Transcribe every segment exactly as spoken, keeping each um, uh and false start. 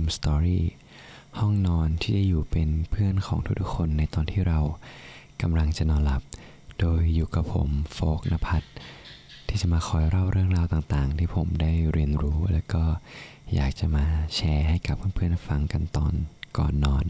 Room Story ห้องนอนที่จะอยู่เป็นเพื่อนของทุกๆคนในตอนที่เรากำลังจะนอนหลับโดยอยู่กับผมโฟก ณภัทรที่จะมาคอยเล่าเรื่องราวต่างๆที่ผมได้เรียนรู้แล้วก็อยากจะมาแชร์ให้กับเพื่อนๆฟังกันตอนก่อนนอน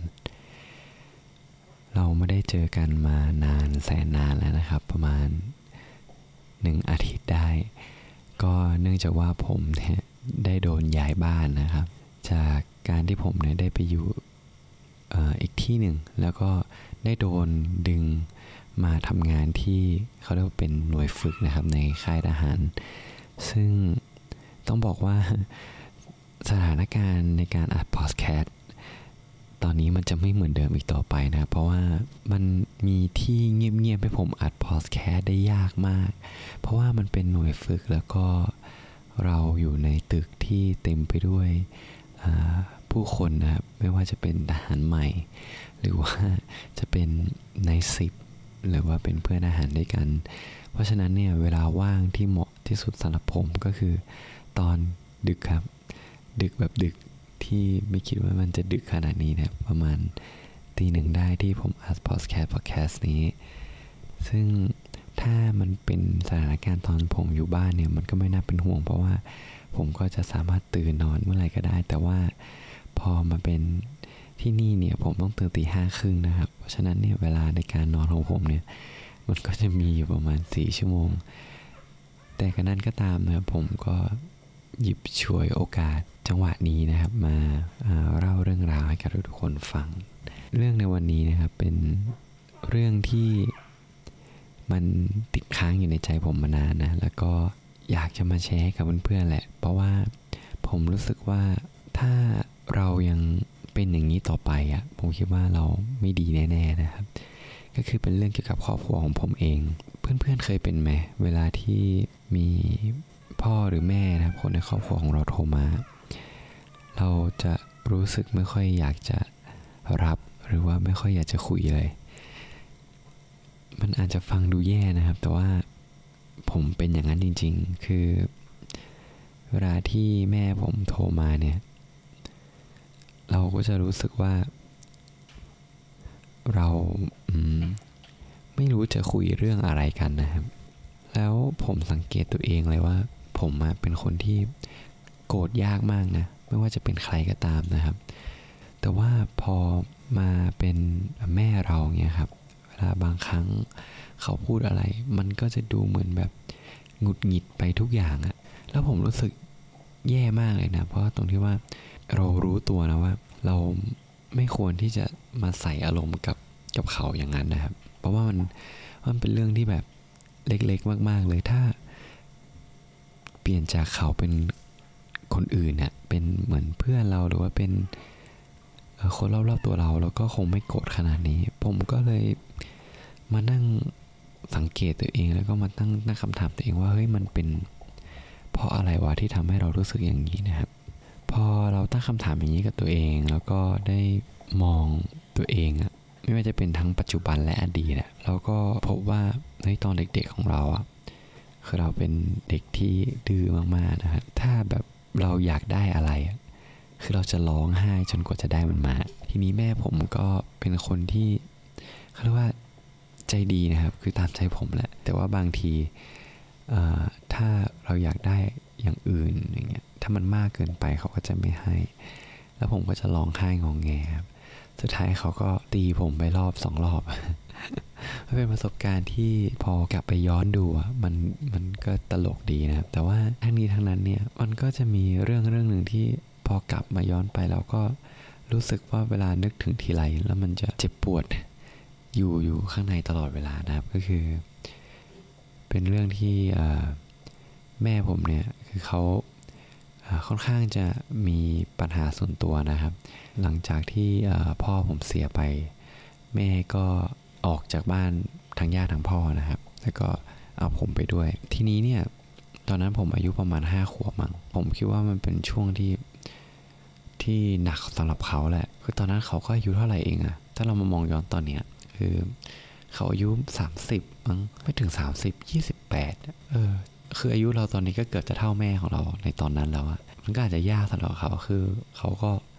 เราไม่ได้เจอกันมานานแสนนานแล้วนะครับประมาณหนึ่งอาทิตย์ได้ก็เนื่องจากว่าผมเนี่ยได้โดนย้ายบ้านนะครับจากการที่ผมเนี่ยได้ไปอยู่เอ่ออีกที่หนึ่งแล้วก็ได้โดนดึงมาทำงานที่เขาเรียกว่าเป็นหน่วยฝึกนะครับในค่ายทหารซึ่งต้องบอกว่าสถานการณ์ในการอัดพอดแคสต์ตอนนี้มันจะไม่เหมือนเดิมอีกต่อไปนะเพราะว่ามันมีที่เงียบๆให้ผมอัดพอดแคสต์ได้ยากมากเพราะว่ามันเป็นหน่วยฝึกแล้วก็เราอยู่ในตึกที่เต็มไปด้วยผู้คนนะครับไม่ว่าจะเป็นทหารใหม่หรือว่าจะเป็นนายสิบหรือว่าเป็นเพื่อนทหารด้วยกันเพราะฉะนั้นเนี่ยเวลาว่างที่เหมาะที่สุดสำหรับผมก็คือตอนดึกครับดึกแบบดึกที่ไม่คิดว่ามันจะดึกขนาดนี้นะประมาณตีหนึ่งได้ที่ผมอัดพอดแคสต์พอดแคสต์นี้ซึ่งถ้ามันเป็นสถานการณ์ตอนผมอยู่บ้านเนี่ยมันก็ไม่น่าเป็นห่วงเพราะว่าผมก็จะสามารถตื่นนอนเมื่อไหร่ก็ได้แต่ว่าพอมาเป็นที่นี่เนี่ยผมต้องตื่นตีห้าครึ่งนะครับเพราะฉะนั้นเนี่ยเวลาในการนอนของผมเนี่ยมันก็จะมีอยู่ประมาณสี่ชั่วโมงแต่ก็นั่นก็ตามนะครับผมก็หยิบฉวยโอกาสจังหวะนี้นะครับมาเล่าเรื่องราวให้กับทุกคนฟังเรื่องในวันนี้นะครับเป็นเรื่องที่มันติดค้างอยู่ในใจผมมานานนะแล้วก็อยากจะมาแชร์ให้กับเพื่อนๆแหละเพราะว่าผมรู้สึกว่าถ้าเรายังเป็นอย่างนี้ต่อไปอ่ะผมคิดว่าเราไม่ดีแน่ๆนะครับก็คือเป็นเรื่องเกี่ยวกับครอบครัวของผมเองเพื่อนๆเคยเป็นไหมเวลาที่มีพ่อหรือแม่นะครับคนในครอบครัวของเราโทรมาเราจะรู้สึกไม่ค่อยอยากจะรับหรือว่าไม่ค่อยอยากจะคุยเลยมันอาจจะฟังดูแย่นะครับแต่ว่าผมเป็นอย่างนั้นจริงๆคือเวลาที่แม่ผมโทรมาเนี่ยเราก็จะรู้สึกว่าเราไม่รู้จะคุยเรื่องอะไรกันนะครับแล้วผมสังเกตตัวเองเลยว่าผมเป็นคนที่โกรธยากมากนะไม่ว่าจะเป็นใครก็ตามนะครับแต่ว่าพอมาเป็นแม่เราเนี่ยครับเวลาบางครั้งเขาพูดอะไรมันก็จะดูเหมือนแบบหงุดหงิดไปทุกอย่างอะแล้วผมรู้สึกแย่มากเลยนะเพราะตรงที่ว่าเรารู้ตัวนะว่าเราไม่ควรที่จะมาใส่อารมณ์กับกับเขาอย่างนั้นนะครับเพราะว่ามันมันเป็นเรื่องที่แบบเล็กๆมากๆเลยถ้าเปลี่ยนจากเขาเป็นคนอื่นเนี่ยเป็นเหมือนเพื่อนเราหรือว่าเป็นคนรอบๆตัวเราเราก็คงไม่โกรธขนาดนี้ผมก็เลยมานั่งสังเกตตัวเองแล้วก็มาตั้งตั้งคำถามตัวเองว่าเฮ้ยมันเป็นเพราะอะไรวะที่ทำให้เรารู้สึกอย่างนี้นะครับพอเราตั้งคำถามอย่างนี้กับตัวเองแล้วก็ได้มองตัวเองอะไม่ว่าจะเป็นทั้งปัจจุบันและอดีตอะเราก็พบว่าในตอนเด็กๆของเราอะคือเราเป็นเด็กที่ดื้อมากๆนะครับถ้าแบบเราอยากได้อะไรคือเราจะร้องไห้จนกว่าจะได้มันมาทีนี้แม่ผมก็เป็นคนที่เขาเรียกว่าใจดีนะครับคือตามใจผมแหละแต่ว่าบางทีถ้าเราอยากได้อย่างอื่นอย่างเงี้ยถ้ามันมากเกินไปเขาก็จะไม่ให้แล้วผมก็จะร้องไห้งองแงครับสุดท้ายเขาก็ตีผมไปรอบสองรอบ มันเป็นประสบการณ์ที่พอกลับไปย้อนดูอ่ะมันมันก็ตลกดีนะครับแต่ว่าทั้งนี้ทั้งนั้นเนี่ยมันก็จะมีเรื่องเรื่องหนึ่งที่พอกลับมาย้อนไปเราก็รู้สึกว่าเวลานึกถึงทีไรแล้วมันจะเจ็บปวดอยู่อยู่ข้างในตลอดเวลานะครับก็คือเป็นเรื่องที่แม่ผมเนี่ยคือเขาค่อนข้างจะมีปัญหาส่วนตัวนะครับหลังจากที่พ่อผมเสียไปแม่ก็ออกจากบ้านทางญาติทางพ่อนะครับแล้วก็เอาผมไปด้วยทีนี้เนี่ยตอนนั้นผมอายุประมาณห้าขวบมั้งผมคิดว่ามันเป็นช่วงที่ที่หนักสำหรับเขาแหละคือตอนนั้นเขาก็อายุเท่าไหร่เองอะถ้าเรามามองย้อนตอนเนี้ยคือเขาอายุสามสิบมั้งไม่ถึงสามสิบ ยี่สิบแปดเออคืออายุเราตอนนี้ก็เกือบจะเท่าแม่ของเราในตอนนั้นแล้วอะมันก็อาจจะยากสำหรับเขาคือเขาก็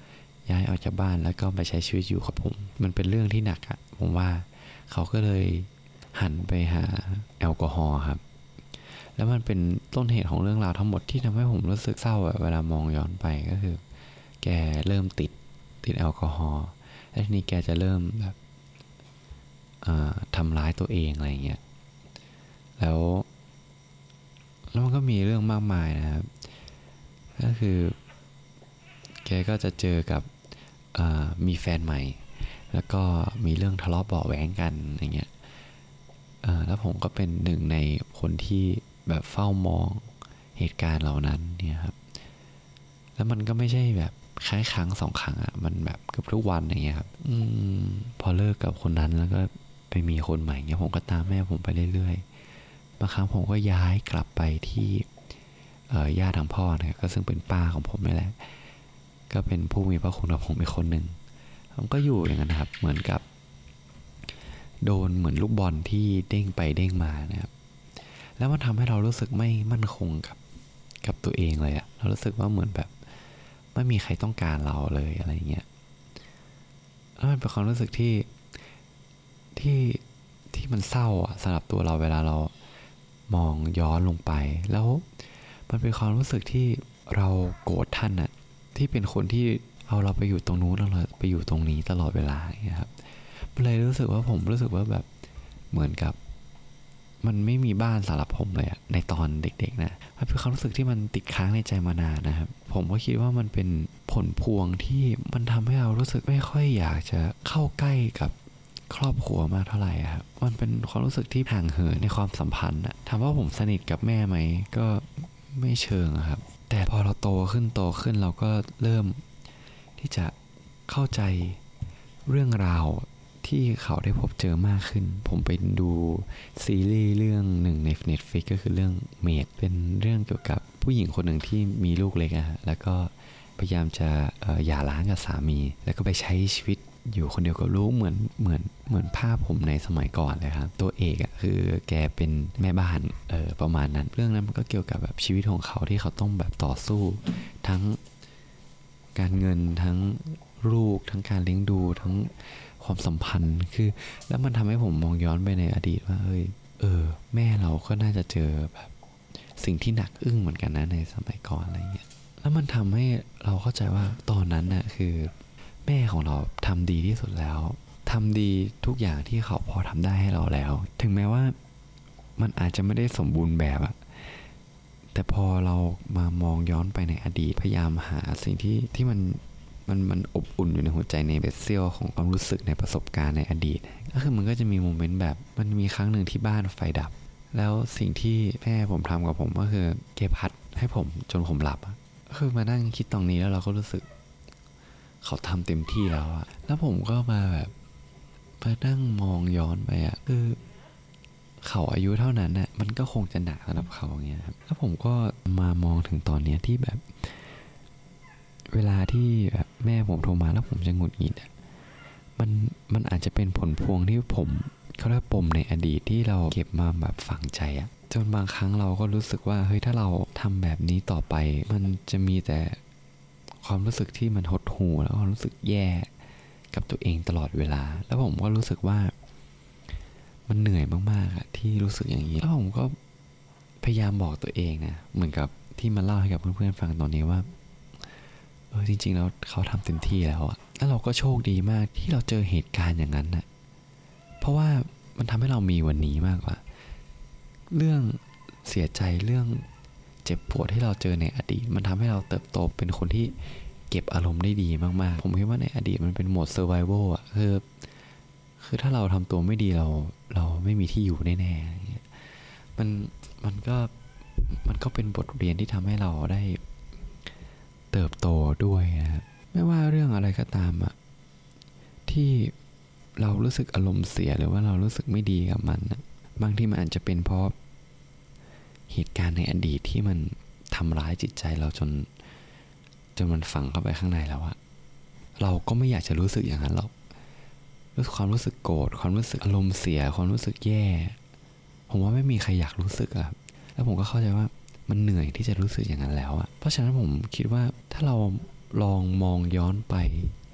ย้ายออกจากบ้านแล้วก็ไปใช้ชีวิตอยู่กับผมมันเป็นเรื่องที่หนักอะผมว่าเขาก็เลยหันไปหาแอลกอฮอล์ครับแล้วมันเป็นต้นเหตุของเรื่องราวทั้งหมดที่ทำให้ผมรู้สึกเศร้าอะเวลามองย้อนไปก็คือแกเริ่มติดติดแอลกอฮอล์แล้วทีนี้แกจะเริ่มแบบทำร้ายตัวเองอะไรเงี้ยแล้วแล้วมันก็มีเรื่องมากมายนะครับก็คือแกก็จะเจอกับมีแฟนใหม่แล้วก็มีเรื่องทะเลาะเบาะแว้งกันอย่างเงี้ยแล้วผมก็เป็นหนึ่งในคนที่แบบเฝ้ามองเหตุการณ์เหล่านั้นเนี่ยครับแล้วมันก็ไม่ใช่แบบแค่ครั้งสองครั้งอ่ะมันแบบเกือบทุกวันอย่างเงี้ยครับอพอเลิกกับคนนั้นแล้วก็ไปมีคนใหม่เงี้ยผมก็ตามแม่ผมไปเรื่อยๆบางครั้งผมก็ย้ายกลับไปที่ญาติทางพ่อเนี่ยก็ซึ่งเป็นป้าของผมนี่แหละก็เป็นผู้มีพระคุณกับผมอีกคนหนึ่งผมก็อยู่อย่างนั้นนะครับเหมือนกับโดนเหมือนลูกบอลที่เด้งไปเด้งมานะครับแล้วมันทำให้เรารู้สึกไม่มั่นคงกับกับตัวเองเลยอะเรารู้สึกว่าเหมือนแบบไม่มีใครต้องการเราเลยอะไรเงี้ยแล้วมันเป็นความรู้สึกที่ที่ที่มันเศร้าอะสำหรับตัวเราเวลาเรามองย้อนลงไปแล้วมันเป็นความรู้สึกที่เราโกรธท่านอะที่เป็นคนที่เอาเราไปอยู่ตรงนู้นเราไปอยู่ตรงนี้ตลอดเวลาอย่างเงี้ยครับเลยรู้สึกว่าผมรู้สึกว่าแบบเหมือนกับมันไม่มีบ้านสำหรับผมเลยอะในตอนเด็กๆนะมันเป็นความรู้สึกที่มันติดค้างในใจมานานนะครับผมก็คิดว่ามันเป็นผลพวงที่มันทำให้เรารู้สึกไม่ค่อยอยากจะเข้าใกล้กับครอบครัวมากเท่าไหร่ครับมันเป็นความรู้สึกที่ห่างเหินในความสัมพันธ์อะถามว่าผมสนิทกับแม่ไหมก็ไม่เชิงครับแต่พอเราโตขึ้นโตขึ้นเราก็เริ่มที่จะเข้าใจเรื่องราวที่เขาได้พบเจอมากขึ้นผมไปดูซีรีส์เรื่องหนึ่งใน Netflix ก็คือเรื่องเมดเป็นเรื่องเกี่ยวกับผู้หญิงคนหนึ่งที่มีลูกเล็กอะแล้วก็พยายามจะหย่าร้างกับสามีแล้วก็ไปใช้ชีวิตอยู่คนเดียวกับลูกเหมือนเหมือนเหมือนภาพผมในสมัยก่อนเลยครับตัวเอกอะคือแกเป็นแม่บ้านเออประมาณนั้นเรื่องนั้นมันก็เกี่ยวกับแบบชีวิตของเขาที่เขาต้องแบบต่อสู้ทั้งการเงินทั้งลูกทั้งการเลี้ยงดูทั้งความสัมพันธ์คือแล้วมันทำให้ผมมองย้อนไปในอดีตว่าเอ้ยเออแม่เราก็น่าจะเจอแบบสิ่งที่หนักอึ้งเหมือนกันนะในสมัยก่อนอะไรเงี้ยแล้วมันทำให้เราเข้าใจว่าตอนนั้นน่ะคือแม่ของเราทำดีที่สุดแล้วทำดีทุกอย่างที่เขาพอทำได้ให้เราแล้วถึงแม้ว่ามันอาจจะไม่ได้สมบูรณ์แบบอะแต่พอเรามามองย้อนไปในอดีตพยายามหาสิ่งที่ที่มันมันมันอบอุ่นอยู่ในหัวใจในเบสเซียลของความรู้สึกในประสบการณ์ในอดีตก็คือมันก็จะมีโมเมนต์แบบมันมีครั้งหนึ่งที่บ้านไฟดับแล้วสิ่งที่แม่ผมทำกับผมก็คือเก็บพัดให้ผมจนผมหลับก็คือมานั่งคิดตรงนี้แล้วเราก็รู้สึกเขาทำเต็มที่แล้วอะแล้วผมก็มาแบบมานั่งมองย้อนไปอะคือเขาอายุเท่านั้นน่ะมันก็คงจะหนักสำหรับเขาอย่างเงี้ยครับแล้วผมก็มามองถึงตอนนี้ที่แบบเวลาที่แบบแม่ผมโทรมาแล้วผมจะหงุดหงิดมันมันอาจจะเป็นผลพวงที่ผมเขาเรียกปมในอดีตที่เราเก็บมาแบบฝังใจอะจนบางครั้งเราก็รู้สึกว่าเฮ้ยถ้าเราทำแบบนี้ต่อไปมันจะมีแต่ความรู้สึกที่มันหดหู่แล้วความรู้สึกแย่กับตัวเองตลอดเวลาแล้วผมก็รู้สึกว่ามันเหนื่อยมากๆอะที่รู้สึกอย่างนี้แล้วผมก็พยายามบอกตัวเองนะเหมือนกับที่มาเล่าให้กับเพื่อนๆฟังตอนนี้ว่าเออจริงๆแล้วเขาทำเต็มที่แล้วอะแล้วเราก็โชคดีมากที่เราเจอเหตุการณ์อย่างนั้นน่ะเพราะว่ามันทำให้เรามีวันนี้มากกว่าเรื่องเสียใจเรื่องเจ็บปวดที่เราเจอในอดีตมันทำให้เราเติบโตเป็นคนที่เก็บอารมณ์ได้ดีมากๆผมคิดว่าในอดีตมันเป็นโหมด survival อ่ะคือคือถ้าเราทำตัวไม่ดีเราเราไม่มีที่อยู่แน่ๆมันมันก็มันก็เป็นบทเรียนที่ทำให้เราได้เติบโตด้วยนะครับไม่ว่าเรื่องอะไรก็ตามอะที่เรารู้สึกอารมณ์เสียหรือว่าเรารู้สึกไม่ดีกับมันนะบางทีมันอาจจะเป็นเพราะเหตุการณ์ในอดีตที่มันทำร้ายจิตใจเราจนจนมันฝังเข้าไปข้างในแล้วอะเราก็ไม่อยากจะรู้สึกอย่างนั้นหรอกรู้สึกความรู้สึกโกรธความรู้สึกอารมณ์เสียความรู้สึกแย่ผมว่าไม่มีใครอยากรู้สึกอะแล้วผมก็เข้าใจว่ามันเหนื่อยที่จะรู้สึกอย่างนั้นแล้วอะเพราะฉะนั้นผมคิดว่าถ้าเราลองมองย้อนไป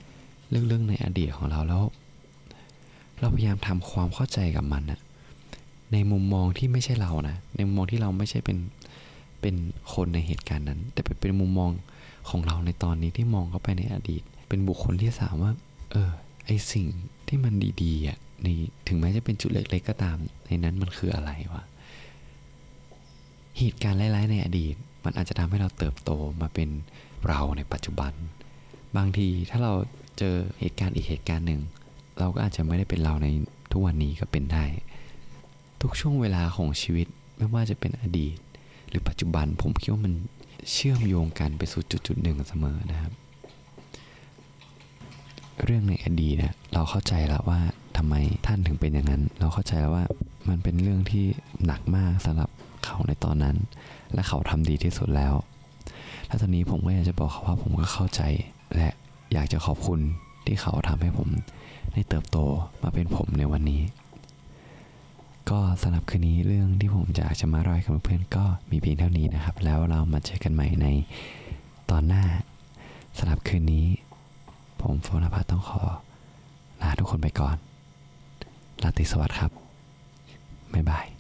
เรื่องเรื่องในอดีตของเราแล้วเราพยายามทำความเข้าใจกับมันนะในมุมมองที่ไม่ใช่เรานะในมุมมองที่เราไม่ใช่เป็นเป็นคนในเหตุการณ์นั้นแต่เป็นมุมมองของเราในตอนนี้ที่มองเข้าไปในอดีตเป็นบุคคลที่สามว่าเออไอสิ่งที่มันดีๆอ่ะในถึงแม้จะเป็นจุดเล็กๆก็ตามในนั้นมันคืออะไรวะเหตุการณ์ร้ายๆในอดีตมันอาจจะทำให้เราเติบโตมาเป็นเราในปัจจุบันบางทีถ้าเราเจอเหตุการณ์อีกเหตุการณ์หนึ่งเราก็อาจจะไม่ได้เป็นเราในทุกวันนี้ก็เป็นได้ทุกช่วงเวลาของชีวิตไม่ว่าจะเป็นอดีตหรือปัจจุบันผมคิดว่ามันเชื่อมโยงกันไปสู่จุดๆหนึ่งเสมอนะครับเรื่องในอดีตนะเราเข้าใจแล้วว่าทำไมท่านถึงเป็นอย่างนั้นเราเข้าใจแล้วว่ามันเป็นเรื่องที่หนักมากสำหรับเขาในตอนนั้นและเขาทำดีที่สุดแล้วและตอนนี้ผมก็อยากจะบอกเขาว่าผมก็เข้าใจและอยากจะขอบคุณที่เขาทำให้ผมได้เติบโตมาเป็นผมในวันนี้ก็สำหรับคืนนี้เรื่องที่ผมอยากจะมาเล่าให้กับเพื่อนก็มีเพียงเท่านี้นะครับแล้วเรามาเจอกันใหม่ในตอนหน้าสำหรับคืนนี้ผมโฟนภัทรต้องขอลาทุกคนไปก่อนราตรีสวัสดิ์ครับบ๊ายบาย